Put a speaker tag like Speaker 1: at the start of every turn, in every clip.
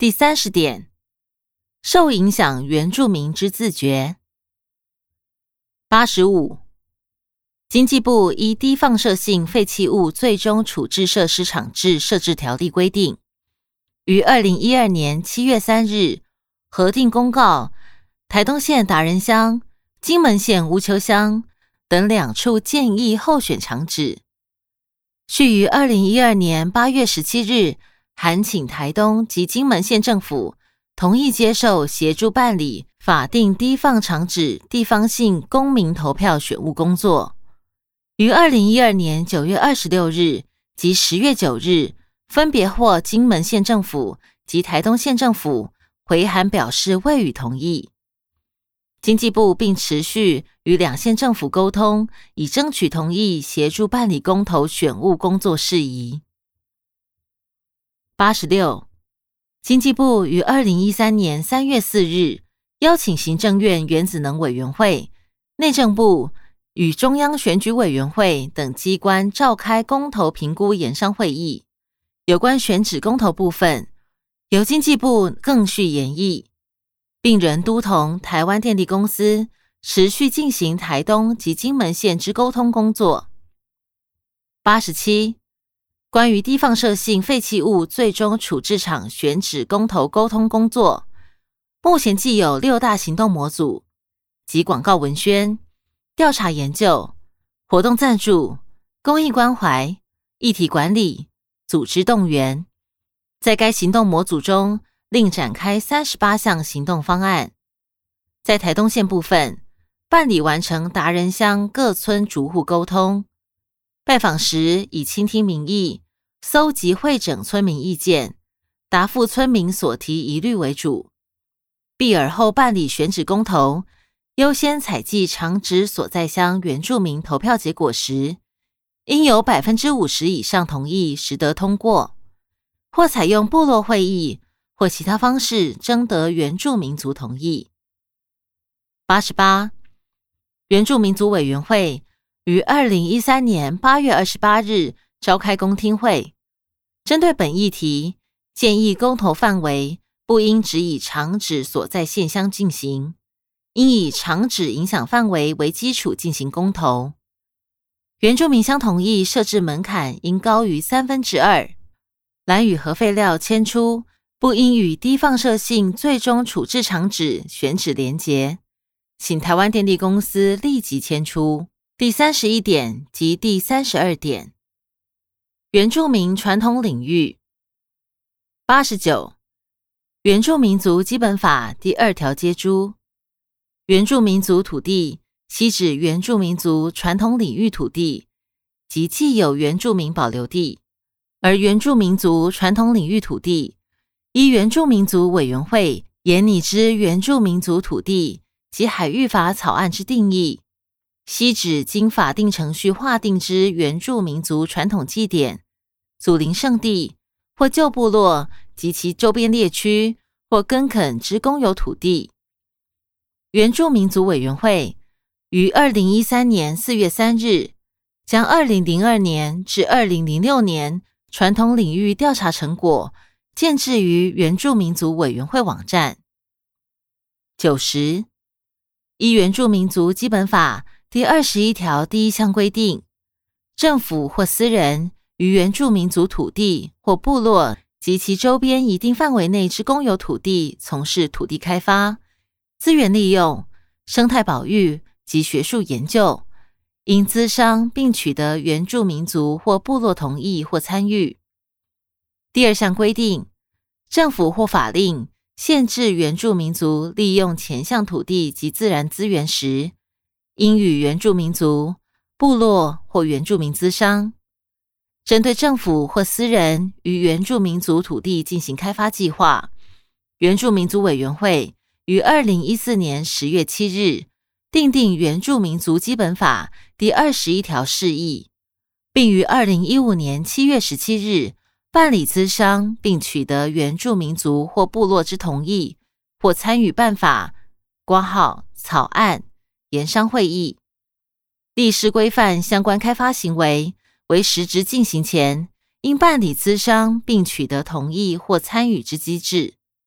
Speaker 1: 第30点，受影响原住民之自觉。85. 经济部依低放射性废弃物最终处置设施场制设置条例规定，于2012年7月3日核定公告台东县达人乡、金门县乌丘乡等2处建议候选场址，续于2012年8月17日函请台东及金门县政府同意接受协助办理法定低放场址地方性公民投票选务工作，于2012年9月26日及10月9日分别获金门县政府及台东县政府回函表示未予同意。经济部并持续与2县政府沟通，以争取同意协助办理公投选务工作事宜。86. 经济部于2013年3月4日邀请行政院原子能委员会、内政部与中央选举委员会等机关召开公投评估研商会议，有关选址公投部分，由经济部更续研议，并仍督同台湾电力公司持续进行台东及金门县之沟通工作。87. 关于低放射性废弃物最终处置场选址公投沟通工作，目前既有6大行动模组及广告文宣、调查研究、活动赞助、公益关怀、议题管理、组织动员，在该行动模组中另展开38项行动方案。在台东县部分，办理完成达人乡各村逐户沟通，拜访时以倾听民意、搜集汇整村民意见、答复村民所提疑虑为主，必尔后办理选址公投，优先采集场址所在乡原住民投票结果时，应有 50% 以上同意时得通过，或采用部落会议或其他方式征得原住民族同意。88. 原住民族委员会于2013年8月28日召开公听会，针对本议题，建议公投范围不应只以场址所在县乡进行，应以场址影响范围为基础进行公投。原住民乡同意设置门槛应高于2/3，兰屿核废料迁出不应与低放射性最终处置场址选址连结，请台湾电力公司立即迁出。第31点及第32点。原住民传统领域。89. 原住民族基本法第2条接诸，原住民族土地悉指原住民族传统领域土地及既有原住民保留地，而原住民族传统领域土地依原住民族委员会研拟之原住民族土地及海域法草案之定义，悉指经法定程序划定之原住民族传统祭典、祖灵圣地或旧部落及其周边列区或耕垦之公有土地。原住民族委员会于2013年4月3日将2002年至2006年传统领域调查成果建置于原住民族委员会网站。90. 依原住民族基本法第21条第1项规定，政府或私人于原住民族土地或部落及其周边一定范围内之公有土地从事土地开发、资源利用、生态保育及学术研究，应咨商并取得原住民族或部落同意或参与。第2项规定，政府或法令限制原住民族利用前项土地及自然资源时，应与原住民族、部落或原住民咨商。针对政府或私人于原住民族土地进行开发计划，原住民族委员会于2014年10月7日订定原住民族基本法第21条释义，并于2015年7月17日办理咨商并取得原住民族或部落之同意或参与办法括号草案研商会议，立誓规范相关开发行为为实质进行前应办理咨商并取得同意或参与之机制。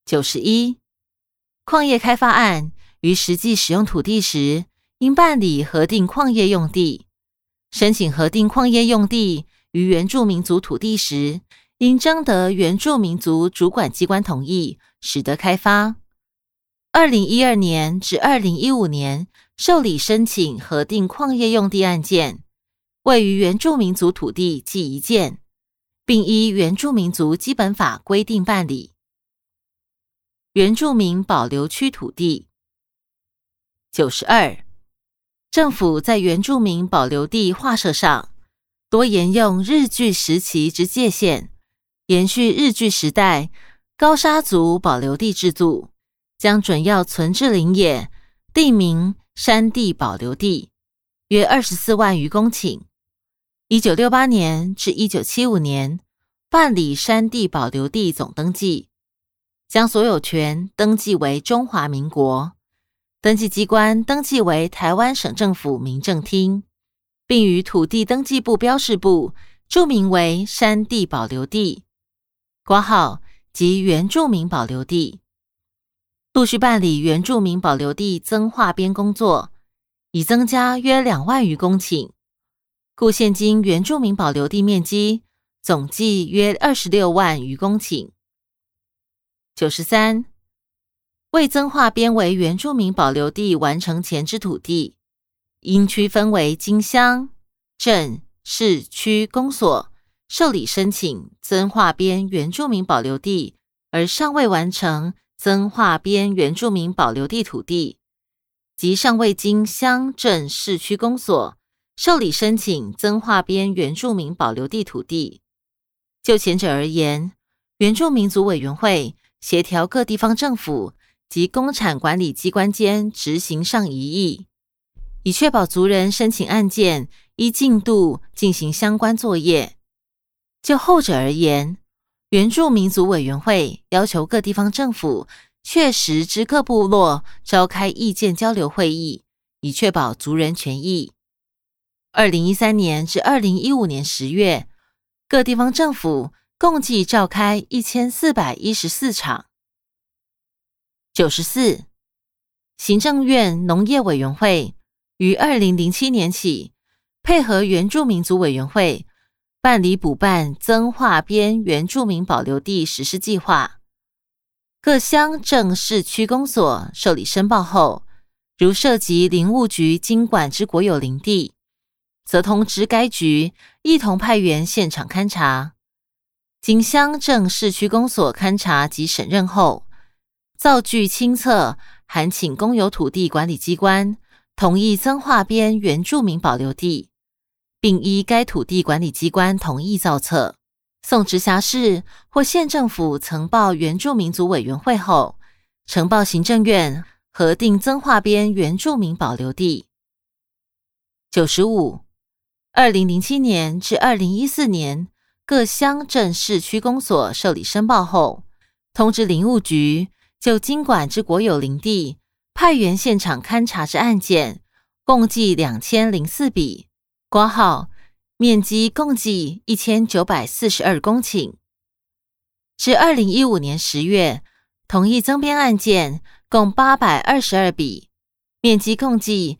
Speaker 1: 91、矿业开发案于实际使用土地时，应办理核定矿业用地。申请核定矿业用地于原住民族土地时，应征得原住民族主管机关同意，使得开发。2012年至2015年受理申请核定矿业用地案件，位于原住民族土地计1件，并依原住民族基本法规定办理。原住民保留区土地。92、政府在原住民保留地划设上，多沿用日据时期之界限，延续日据时代高沙族保留地制度，将准要存置林野地名山地保留地约24万余公顷。1968年至1975年办理山地保留地总登记，将所有权登记为中华民国，登记机关登记为台湾省政府民政厅，并于土地登记簿标示簿注明为山地保留地括号及原住民保留地。陆续办理原住民保留地增划编工作，已增加约2万余公顷，故现今原住民保留地面积总计约26万余公顷。93、未增划编为原住民保留地完成前之土地，应区分为经乡、镇、市、区公所受理申请增划编原住民保留地而尚未完成增划编原住民保留地土地，及尚未经乡镇市区公所受理申请增划编原住民保留地土地。就前者而言，原住民族委员会协调各地方政府及公产管理机关间执行上一役，以确保族人申请案件依进度进行相关作业。就后者而言，原住民族委员会要求各地方政府确实之各部落召开意见交流会议，以确保族人权益。2013年至2015年10月，各地方政府共计召开1414场。94、行政院农业委员会于2007年起，配合原住民族委员会办理补办增划编原住民保留地实施计划。各乡镇市区公所受理申报后，如涉及林务局经管之国有林地，则通知该局一同派员现场勘查。经乡镇市区公所勘查及审认后，造具清册函请公有土地管理机关同意增划编原住民保留地，并依该土地管理机关同意造册，送直辖市或县政府呈报原住民族委员会后，呈报行政院核定增划编原住民保留地。95、2007年至2014年各乡镇市区公所受理申报后，通知林务局就经管之国有林地派员现场勘查之案件，共计2004笔，括号面积共计1942公顷。至2015年10月，同意增编案件共822笔，面积共计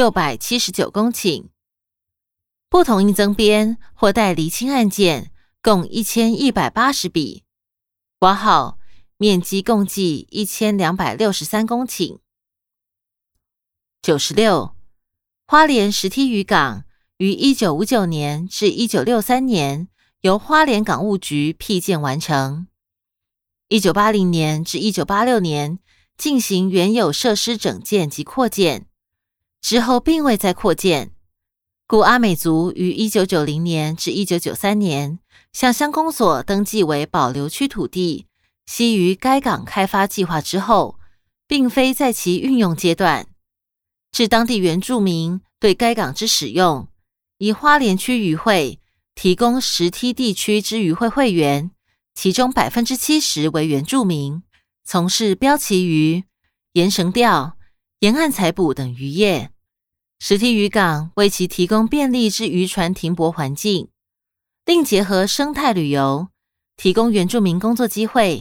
Speaker 1: 679公顷。不同意增编或待厘清案件共1180笔，括号面积共计1263公顷。96、花莲石梯渔港于1959年至1963年由花莲港务局闢建完成。1980年至1986年进行原有设施整建及扩建，之后并未再扩建，故阿美族于1990年至1993年向乡公所登记为保留区土地，悉于该港开发计划之后，并非在其运用阶段，至当地原住民对该港之使用，以花莲区渔会提供石梯地区之渔会会员，其中 70% 为原住民，从事标旗鱼、沿绳钓、沿岸采捕等渔业。石梯渔港为其提供便利之渔船停泊环境，另结合生态旅游，提供原住民工作机会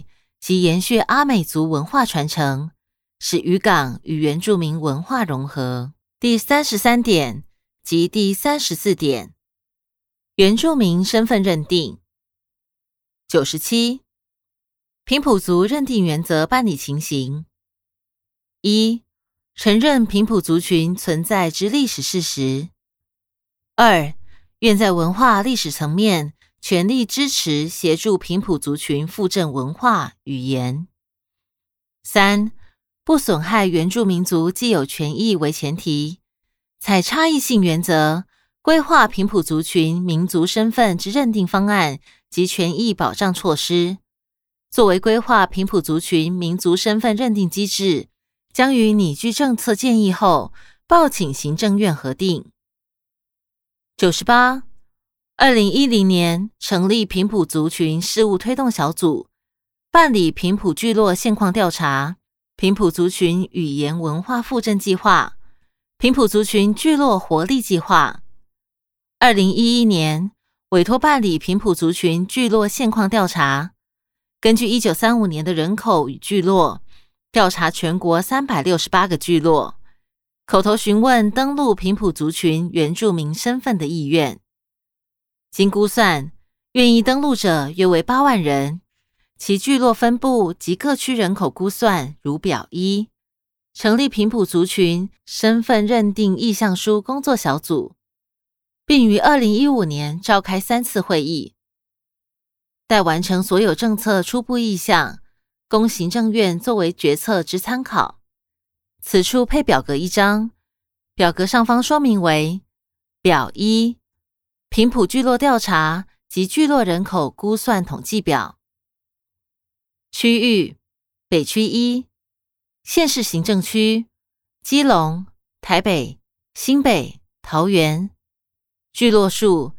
Speaker 1: 及延续阿美族文化传承，使渔港与原住民文化融合。第33点及第34点，原住民身份认定。97、平埔族认定原则办理情形。1、承认平埔族群存在之历史事实。2、愿在文化历史层面全力支持协助平埔族群复振文化语言。3、不损害原住民族既有权益为前提，采差异性原则，规划平埔族群民族身份之认定方案及权益保障措施。作为规划平埔族群民族身份认定机制，将于拟具政策建议后，报请行政院核定。98、2010年成立平埔族群事务推动小组，办理平埔聚落现况调查、平埔族群语言文化复振计划、平埔族群聚落活力计划。2011年委托办理平埔族群聚落现况调查，根据1935年的人口与聚落，调查全国368个聚落，口头询问登录平埔族群原住民身份的意愿。经估算，愿意登录者约为8万人，其聚落分布及各区人口估算如表一。成立平埔族群身份认定意向书工作小组，并于2015年召开3次会议。待完成所有政策初步意向，供行政院作为决策之参考。此处配表格1张，表格上方说明为表1，平埔聚落调查及聚落人口估算统计表。区域：北区1，县市行政区：基隆、台北、新北、桃园。聚落数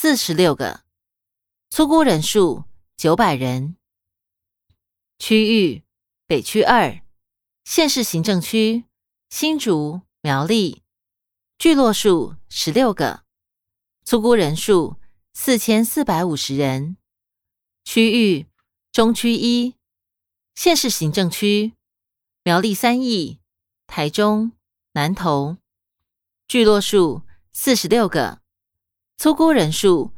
Speaker 1: 46个，粗估人数900人。区域：北区2，县市行政区：新竹、苗栗。聚落数16个，粗估人数4450人。区域：中区1，县市行政区：苗栗3义、台中、南投。聚落数46个，粗估人数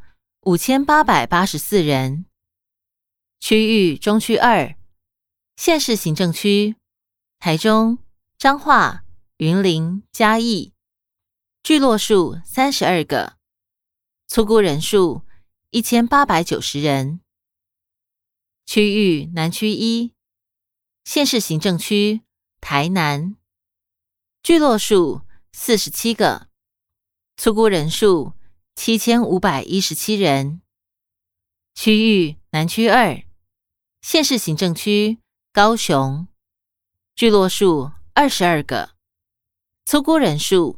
Speaker 1: 5884人。区域：中区2，县市行政区：台中、彰化、云林、嘉义。聚落数32个，粗估人数1890人。区域：南区1，县市行政区：台南。聚落数47个，粗估人数7517人。区域：南区2，县市行政区：高雄。聚落数22个，粗估人数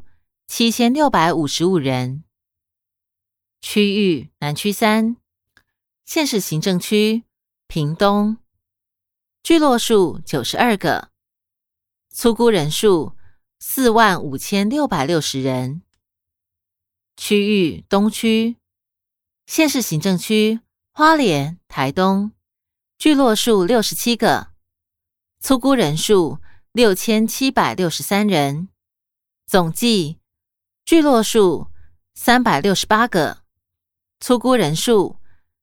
Speaker 1: 7655人。区域：南区3，县市行政区：屏东。聚落数92个，粗估人数45660人。区域：东区，县市行政区：花莲、台东。聚落数67个，粗估人数6763人。总计聚落数368个，粗估人数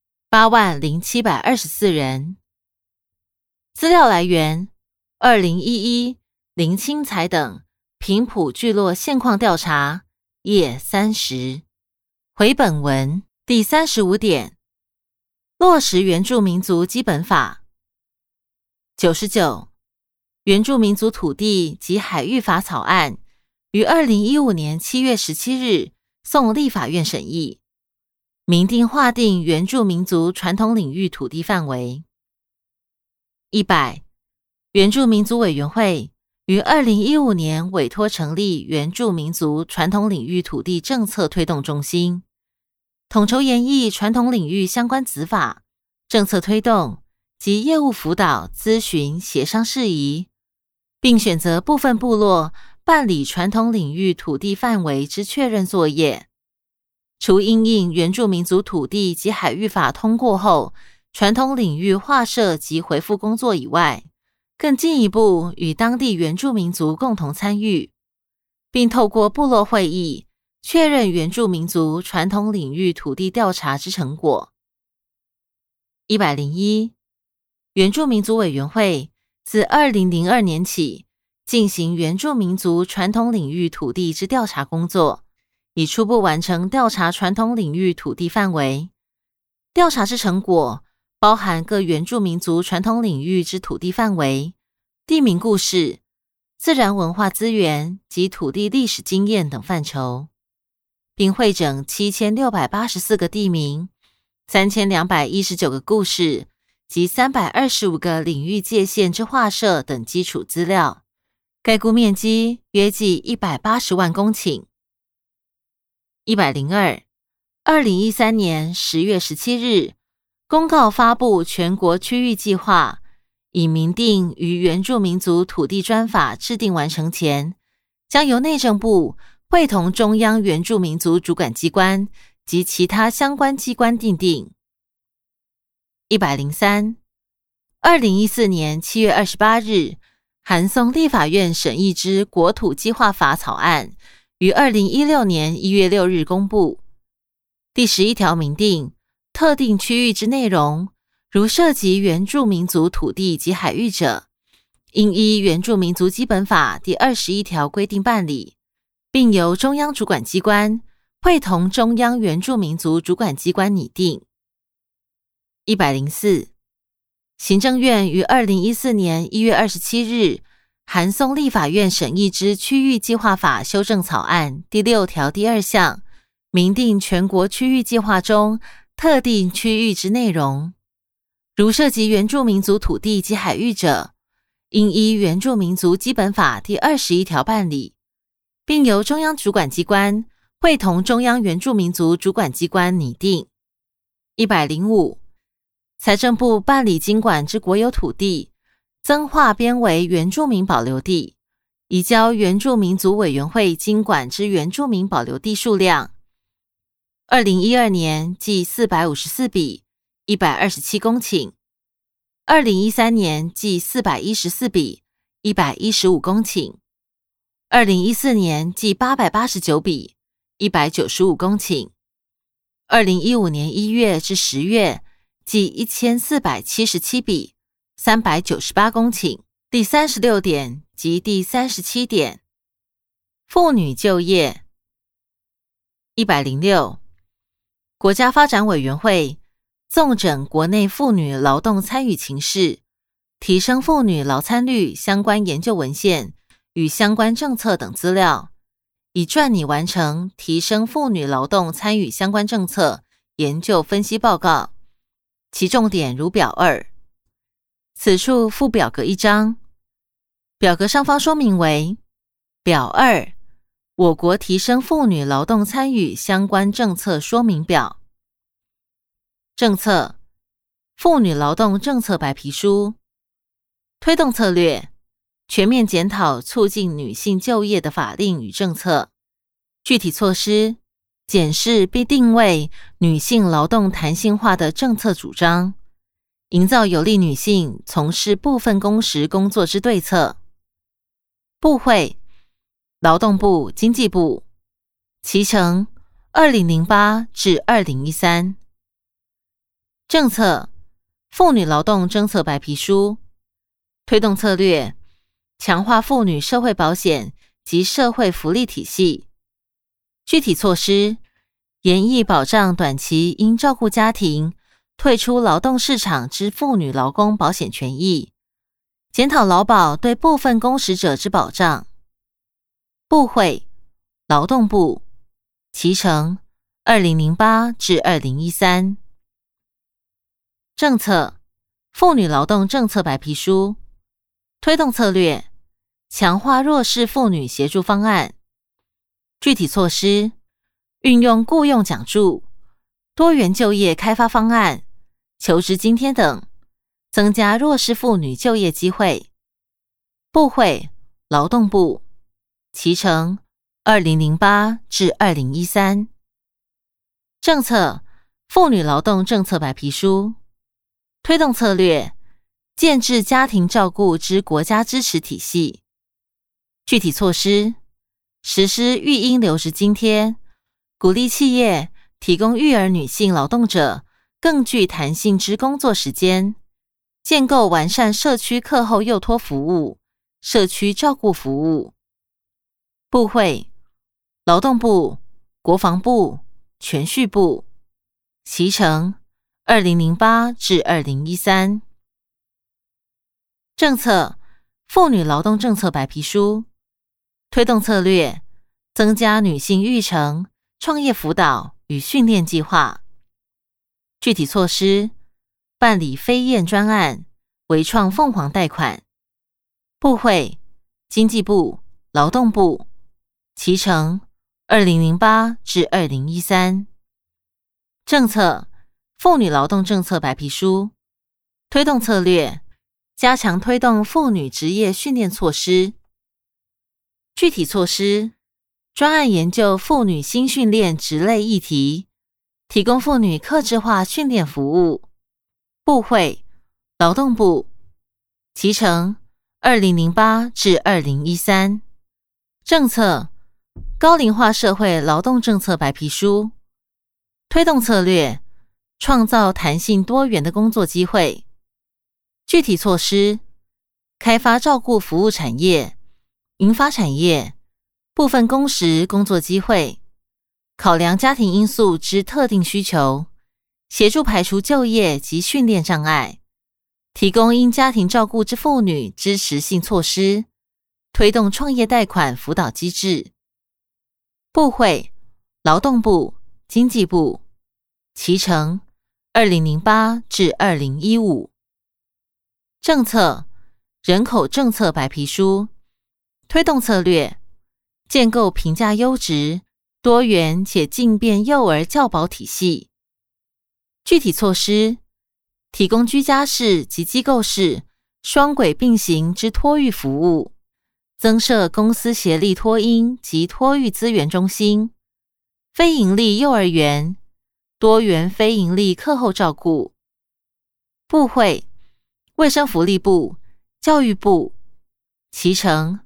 Speaker 1: 80724人。资料来源：2011林清才等平埔聚落现况调查页30。回本文第35点，落实原住民族基本法。99、原住民族土地及海域法草案于2015年7月17日送立法院审议，明定划定原住民族传统领域土地范围。100、原住民族委员会于2015年委托成立原住民族传统领域土地政策推动中心，统筹研议传统领域相关子法、政策推动及业务辅导、咨询、协商事宜，并选择部分部落办理传统领域土地范围之确认作业。除因应原住民族土地及海域法通过后， 传统领域划设及回复工作以外，更进一步与当地原住民族共同参与，并透过部落会议确认原住民族传统领域土地调查之成果。101原住民族委员会自2002年起进行原住民族传统领域土地之调查工作，已初步完成调查传统领域土地范围。调查之成果包含各原住民族传统领域之土地范围、地名故事、自然文化资源及土地历史经验等范畴，并汇整7684个地名、3219个故事及325个领域界限之划设等基础资料，概估面积约计180万公顷。102 2013年10月17日公告发布全国区域计划，以明定于原住民族土地专法制定完成前，将由内政部会同中央原住民族主管机关及其他相关机关订定。103 2014年7月28日函送立法院审议之国土计划法草案，于2016年1月6日公布。第11条明定，特定区域之内容，如涉及原住民族土地及海域者，应依原住民族基本法第21条规定办理，并由中央主管机关会同中央原住民族主管机关拟定。104行政院于2014年1月27日函送立法院审议之区域计划法修正草案第6条第2项，明定全国区域计划中特定区域之内容，如涉及原住民族土地及海域者，应依原住民族基本法第21条办理，并由中央主管机关会同中央原住民族主管机关拟定。105财政部办理经管之国有土地，增划编为原住民保留地，移交原住民族委员会经管之原住民保留地数量2012年计454笔127公顷，2013年计414笔115公顷，2014年计889笔195公顷，2015年1月至10月计1477笔398公顷。第36点及第37点，妇女就业。106国家发展委员会纵整国内妇女劳动参与情势，提升妇女劳参率相关研究文献与相关政策等资料，已撰拟完成提升妇女劳动参与相关政策研究分析报告，其重点如表2。此处附表格1张，表格上方说明为表2，我国提升妇女劳动参与相关政策说明表。政策：妇女劳动政策白皮书。推动策略：全面检讨促进女性就业的法令与政策。具体措施：检视并定位女性劳动弹性化的政策主张，营造有利女性从事部分工时工作之对策。部会：劳动部、经济部。期程2008至2013。政策：妇女劳动政策白皮书。推动策略：强化妇女社会保险及社会福利体系。具体措施：严厉保障短期因照顾家庭退出劳动市场之妇女劳工保险权益，检讨劳保对部分工时者之保障。部会：劳动部。期程2008至2013。政策：妇女劳动政策白皮书。推动策略：强化弱势妇女协助方案。具体措施：运用雇用奖助、多元就业开发方案、求职津贴等，增加弱势妇女就业机会。部会：劳动部。期程2008至2013。政策：妇女劳动政策白皮书。 推动策略，建制家庭照顾之国家支持体系。具体措施，实施育婴留职津贴，鼓励企业提供育儿女性劳动者更具弹性之工作时间，建构完善社区课后幼托服务、社区照顾服务。部会，劳动部、国防部、铨叙部。期程2008至2013。政策，妇女劳动政策白皮书。推动策略，增加女性育成、创业辅导与训练计划。具体措施，办理飞燕专案，微创凤凰贷款。部会，经济部、劳动部。期程2008至2013。政策，妇女劳动政策白皮书。推动策略，加强推动妇女职业训练措施。具体措施，专案研究妇女新训练职类议题，提供妇女客制化训练服务。部会，劳动部。期程2008至2013。政策，高龄化社会劳动政策白皮书。推动策略，创造弹性多元的工作机会。具体措施，开发照顾服务产业、银发产业、部分工时工作机会，考量家庭因素之特定需求，协助排除就业及训练障碍，提供因家庭照顾之妇女支持性措施，推动创业贷款辅导机制。部会，劳动部、经济部。期程2008至2015。政策，人口政策白皮书。推动策略，建构评价优质、多元且进变幼儿教保体系。具体措施，提供居家式及机构式双轨并行之托育服务，增设公私协力托婴及托育资源中心、非营利幼儿园、多元非营利课后照顾。部会，卫生福利部、教育部。期程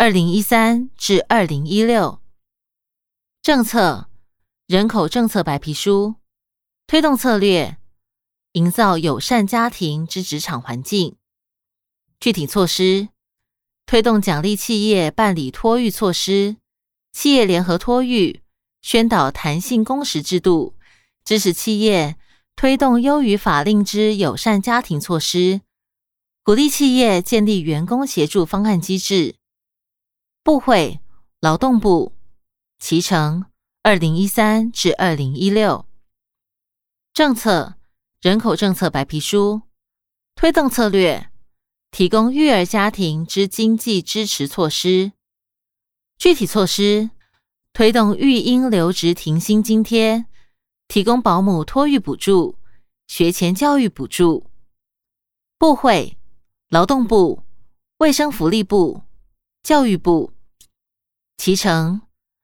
Speaker 1: 2013至2016。政策，人口政策白皮书。推动策略，营造友善家庭之职场环境。具体措施，推动奖励企业办理托育措施，企业联合托育，宣导弹性工时制度，支持企业推动优于法令之友善家庭措施，鼓励企业建立员工协助方案机制。部会，劳动部。期程2013至2016。政策，人口政策白皮书。推动策略，提供育儿家庭之经济支持措施。具体措施，推动育婴留职停薪津贴，提供保姆托育补助、学前教育补助。部会，劳动部、卫生福利部、教育部。期程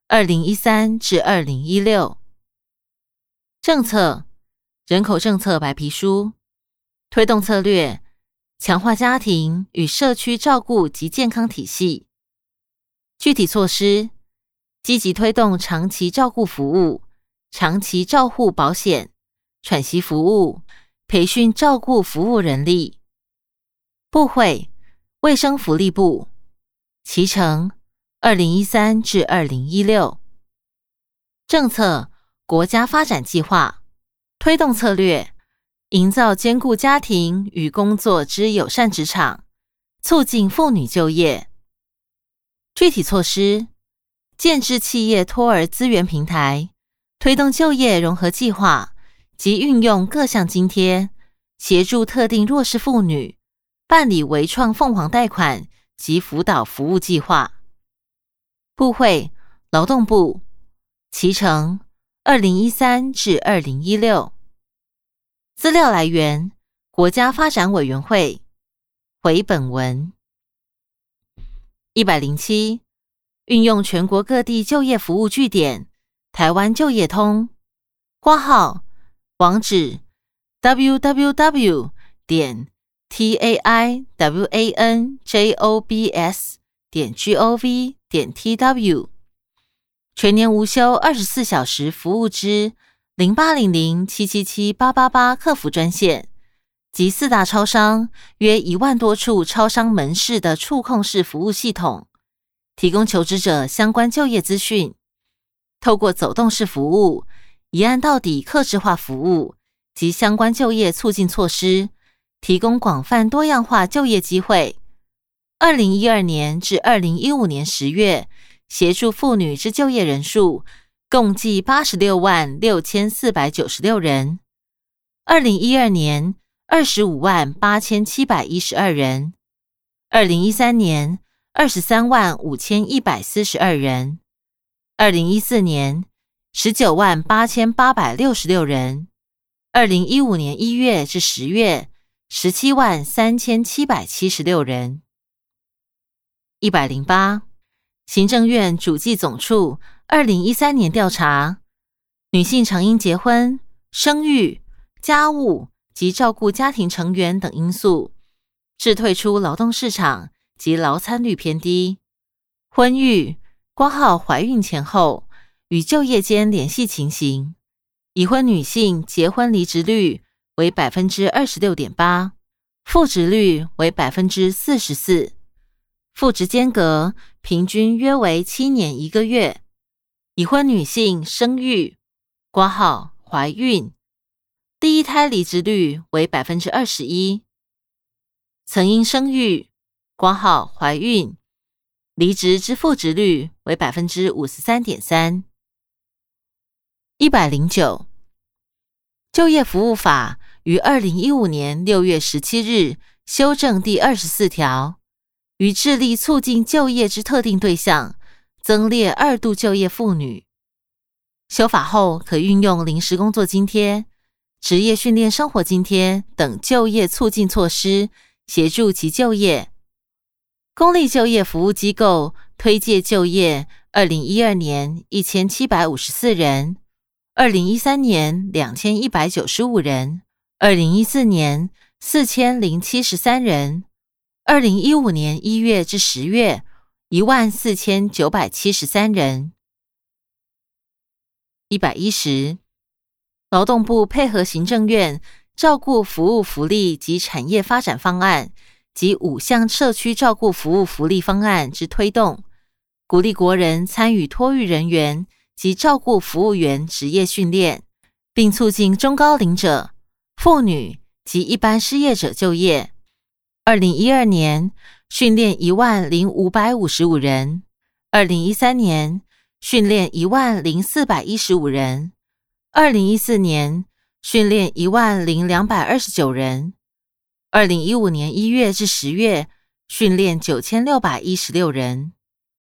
Speaker 1: 2013至2016。政策，人口政策白皮书。推动策略，强化家庭与社区照顾及健康体系。具体措施，积极推动长期照顾服务、长期照护保险、喘息服务，培训照顾服务人力。部会，卫生福利部。期程2013至2016。政策，国家发展计划。推动策略，营造兼顾家庭与工作之友善职场，促进妇女就业。具体措施，建制企业托儿资源平台，推动就业融合计划及运用各项津贴，协助特定弱势妇女办理微创凤凰贷款及辅导服务计划。部会，劳动部。期程2013至2016。资料来源，国家发展委员会。回本文。107，运用全国各地就业服务据点，台湾就业通。括号网址 www. 点 taiwanjobs.gov.tw， 全年无休24小时服务之0800777888客服专线及4大超商约1万多处超商门市的触控式服务系统，提供求职者相关就业资讯。透过走动式服务、一案到底客制化服务及相关就业促进措施，提供广泛多样化就业机会。2012年至2015年10月，协助妇女之就业人数共计866496人。2012年258712人。2013年235142人。2014年198866人。2015年1月至10月173776人。108行政院主计总处2013年调查，女性常因结婚、生育、家务及照顾家庭成员等因素，致退出劳动市场及劳参率偏低。婚育（怀孕前后）与就业间联系情形，已婚女性结婚离职率为 26.8%， 复职率为 44%， 复职间隔平均约为7年1个月。已婚女性生育（怀孕）第一胎离职率为 21%， 曾因生育（怀孕）离职之复职率为 53.3%。109就业服务法于2015年6月17日修正第24条，于致力促进就业之特定对象，增列2度就业妇女。修法后可运用临时工作津贴、职业训练生活津贴等就业促进措施，协助其就业。公立就业服务机构推介就业2012年1754人，2013年2195人，2014年4073人，2015年1月至10月14973人。110劳动部配合行政院照顾服务福利及产业发展方案及5项社区照顾服务福利方案之推动，鼓励国人参与托育人员及照顾服务员职业训练，并促进中高龄者、妇女及一般失业者就业。2012年训练10555人，2013年训练10415人，2014年训练10229人，2015年1月至10月训练9616人。